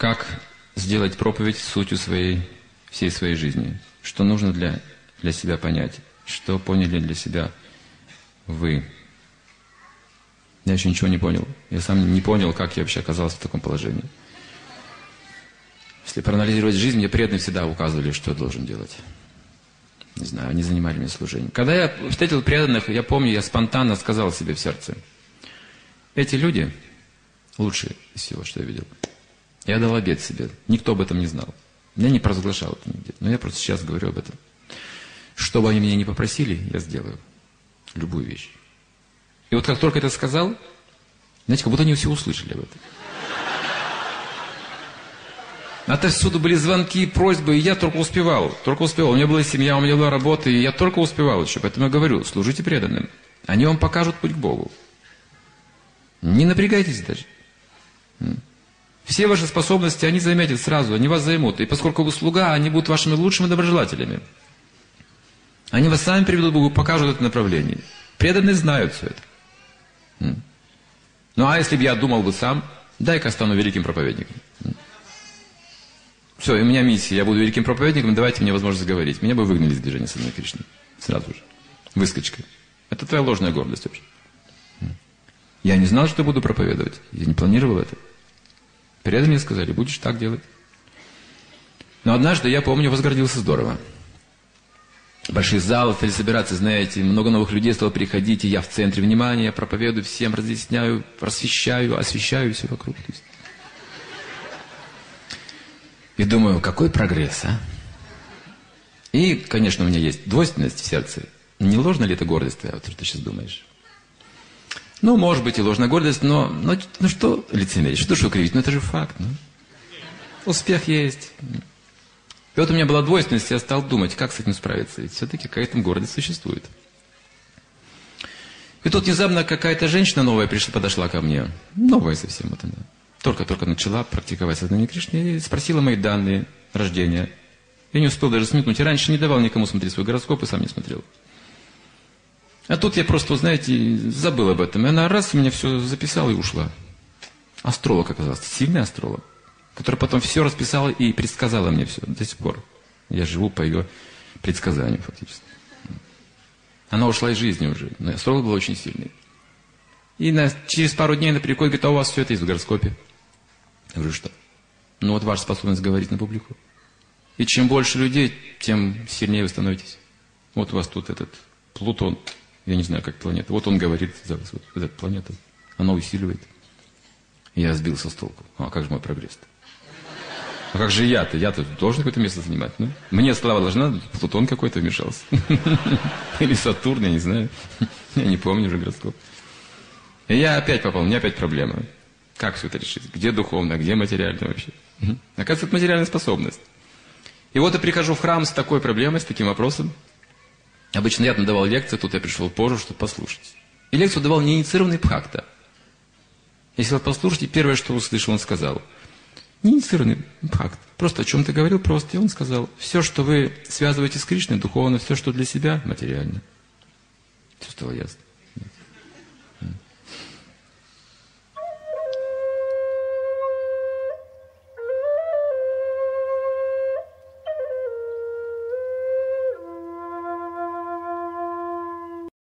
как сделать проповедь сутью всей своей жизни. Что нужно для себя понять. Что поняли для себя вы. Я еще ничего не понял. Я сам не понял, как я вообще оказался в таком положении. Если проанализировать жизнь, мне преданные всегда указывали, что я должен делать. Не знаю, они занимали меня служением. Когда я встретил преданных, я помню, я спонтанно сказал себе в сердце: эти люди лучшие из всего, что я видел. Я дал обет себе. Никто об этом не знал. Я не провозглашал это нигде. Но я просто сейчас говорю об этом. Что бы они меня не попросили, я сделаю. Любую вещь. И вот как только это сказал, знаете, как будто они все услышали об этом. Отовсюду были звонки, просьбы, и я только успевал. У меня была семья, у меня была работа, и я только успевал еще. Поэтому я говорю: служите преданным. Они вам покажут путь к Богу. Не напрягайтесь даже. Все ваши способности они заметят сразу, они вас займут. И поскольку вы слуга, они будут вашими лучшими доброжелателями. Они вас сами приведут к Богу, покажут это направление. Преданные знают все это. Ну а если бы я думал бы сам, дай-ка стану великим проповедником. Все, и у меня миссия, я буду великим проповедником, давайте мне возможность говорить. Меня бы выгнали из движения Сознания Кришны. Сразу же. Выскочкой. Это твоя ложная гордость вообще. Я не знал, что буду проповедовать. Я не планировал это. Преданные сказали: будешь так делать. Но однажды, я помню, возгордился здорово. Большие залы стали собираться, знаете, много новых людей стало приходить, и я в центре внимания, я проповедую всем, разъясняю, просвещаю, освещаю все вокруг. И думаю, какой прогресс, а? И, конечно, у меня есть двойственность в сердце. Не ложна ли это гордость твоя, вот что ты сейчас думаешь? Ну, может быть, и ложная гордость, но что лицемерить, что душу кривить? Ну, это же факт. Ну. Успех есть. И вот у меня была двойственность, я стал думать, как с этим справиться. Ведь все-таки какая-то гордость существует. И тут внезапно какая-то женщина новая подошла ко мне. Новая совсем вот она. Только начала практиковать сознание Кришны и спросила мои данные рождения. Я не успел даже смекнуть. Я раньше не давал никому смотреть свой гороскоп и сам не смотрел. А тут я просто, знаете, забыл об этом. И она раз мне все записала и ушла. Астролог оказался, сильный астролог, который потом все расписала и предсказала мне все до сих пор. Я живу по ее предсказанию фактически. Она ушла из жизни уже, но астролог был очень сильный. И через пару дней она приходит, говорит: а у вас все это есть в гороскопе? Я говорю: что? Ну вот ваша способность говорить на публику. И чем больше людей, тем сильнее вы становитесь. Вот у вас тут этот Плутон, я не знаю, как планета. Вот он говорит, вот эта планета, она усиливает. И я сбился с толку. А как же мой прогресс-то? А как же я-то? Я-то должен какое-то место занимать. Ну? Мне слава должна, Плутон какой-то вмешался. Или Сатурн, я не знаю. Я не помню уже гороскоп. И я опять попал, у меня опять проблема. Как все это решить? Где духовно, где материально вообще? Оказывается, это материальная способность. И вот я прихожу в храм с такой проблемой, с таким вопросом. Обычно я там давал лекции, тут я пришел позже, чтобы послушать. И лекцию давал неинициированный Бхакта. Если вы послушаете, первое, что услышал, он сказал: неинициированный Бхакта. Просто о чем-то говорил, просто. И он сказал: все, что вы связываете с Кришной, духовно, все, что для себя, материально. Все стало ясно.